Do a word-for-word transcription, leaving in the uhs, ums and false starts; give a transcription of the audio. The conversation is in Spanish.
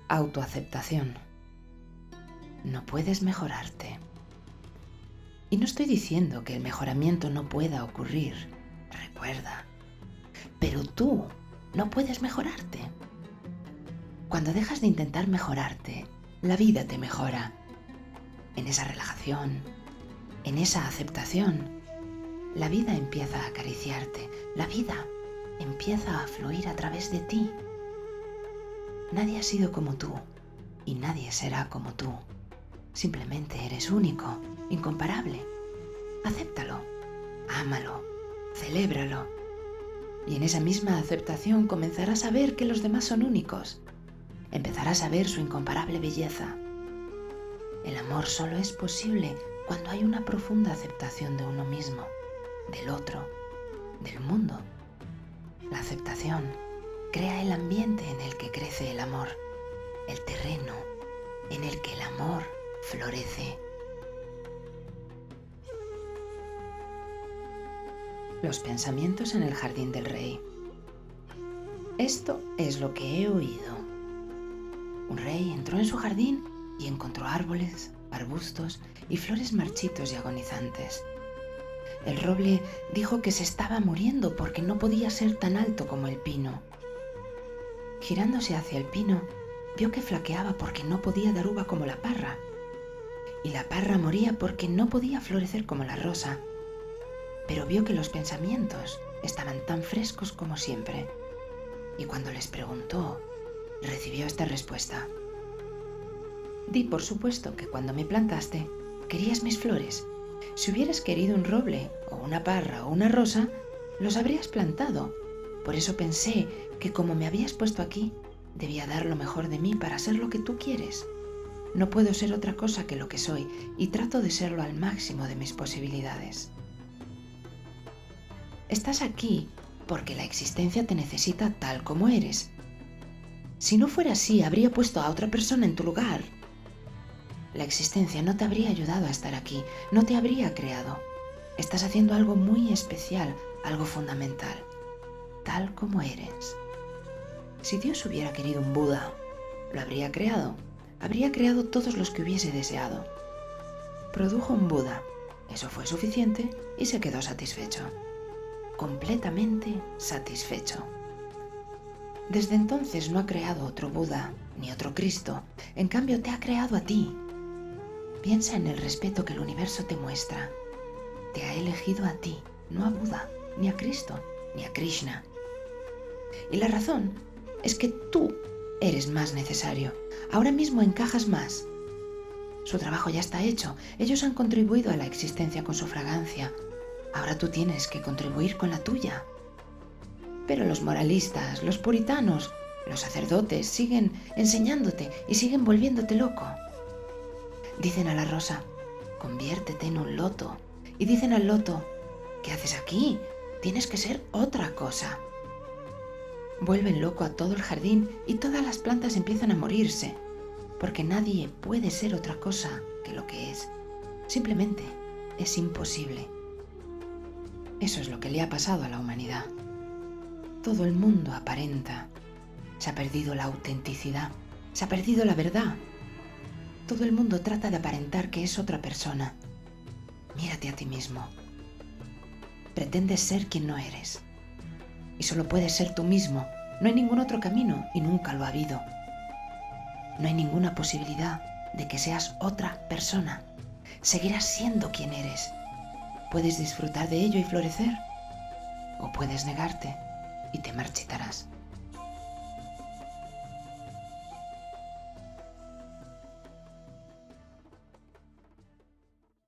Autoaceptación. No puedes mejorarte. Y no estoy diciendo que el mejoramiento no pueda ocurrir, recuerda. Pero tú no puedes mejorarte. Cuando dejas de intentar mejorarte, la vida te mejora. En esa relajación, en esa aceptación, la vida empieza a acariciarte, la vida empieza a fluir a través de ti. Nadie ha sido como tú y nadie será como tú. Simplemente eres único, incomparable. Acéptalo, ámalo, celébralo. Y en esa misma aceptación comenzarás a ver que los demás son únicos. Empezarás a ver su incomparable belleza. El amor solo es posible cuando hay una profunda aceptación de uno mismo, del otro, del mundo. La aceptación crea el ambiente en el que crece el amor, el terreno en el que el amor florece. Los pensamientos en el jardín del rey. Esto es lo que he oído. Un rey entró en su jardín y encontró árboles, arbustos y flores marchitos y agonizantes. El roble dijo que se estaba muriendo porque no podía ser tan alto como el pino. Girándose hacia el pino, vio que flaqueaba porque no podía dar uva como la parra. Y la parra moría porque no podía florecer como la rosa. Pero vio que los pensamientos estaban tan frescos como siempre. Y cuando les preguntó, recibió esta respuesta. Di por supuesto que cuando me plantaste, querías mis flores. Si hubieras querido un roble, o una parra, o una rosa, los habrías plantado. Por eso pensé que como me habías puesto aquí, debía dar lo mejor de mí para ser lo que tú quieres. No puedo ser otra cosa que lo que soy, y trato de serlo al máximo de mis posibilidades. Estás aquí porque la existencia te necesita tal como eres. Si no fuera así, habría puesto a otra persona en tu lugar. La existencia no te habría ayudado a estar aquí, no te habría creado. Estás haciendo algo muy especial, algo fundamental, tal como eres. Si Dios hubiera querido un Buda, lo habría creado. Habría creado todos los que hubiese deseado. Produjo un Buda, eso fue suficiente y se quedó satisfecho. Completamente satisfecho. Desde entonces no ha creado otro Buda ni otro Cristo, en cambio te ha creado a ti. Piensa en el respeto que el universo te muestra. Te ha elegido a ti, no a Buda, ni a Cristo, ni a Krishna. Y la razón es que tú eres más necesario. Ahora mismo encajas más. Su trabajo ya está hecho. Ellos han contribuido a la existencia con su fragancia. Ahora tú tienes que contribuir con la tuya. Pero los moralistas, los puritanos, los sacerdotes siguen enseñándote y siguen volviéndote loco. Dicen a la rosa, conviértete en un loto. Y dicen al loto, ¿qué haces aquí? Tienes que ser otra cosa. Vuelven loco a todo el jardín y todas las plantas empiezan a morirse, porque nadie puede ser otra cosa que lo que es. Simplemente es imposible. Eso es lo que le ha pasado a la humanidad. Todo el mundo aparenta. Se ha perdido la autenticidad, se ha perdido la verdad. Todo el mundo trata de aparentar que es otra persona. Mírate a ti mismo. Pretendes ser quien no eres. Y solo puedes ser tú mismo. No hay ningún otro camino y nunca lo ha habido. No hay ninguna posibilidad de que seas otra persona. Seguirás siendo quien eres. Puedes disfrutar de ello y florecer, o puedes negarte y te marchitarás.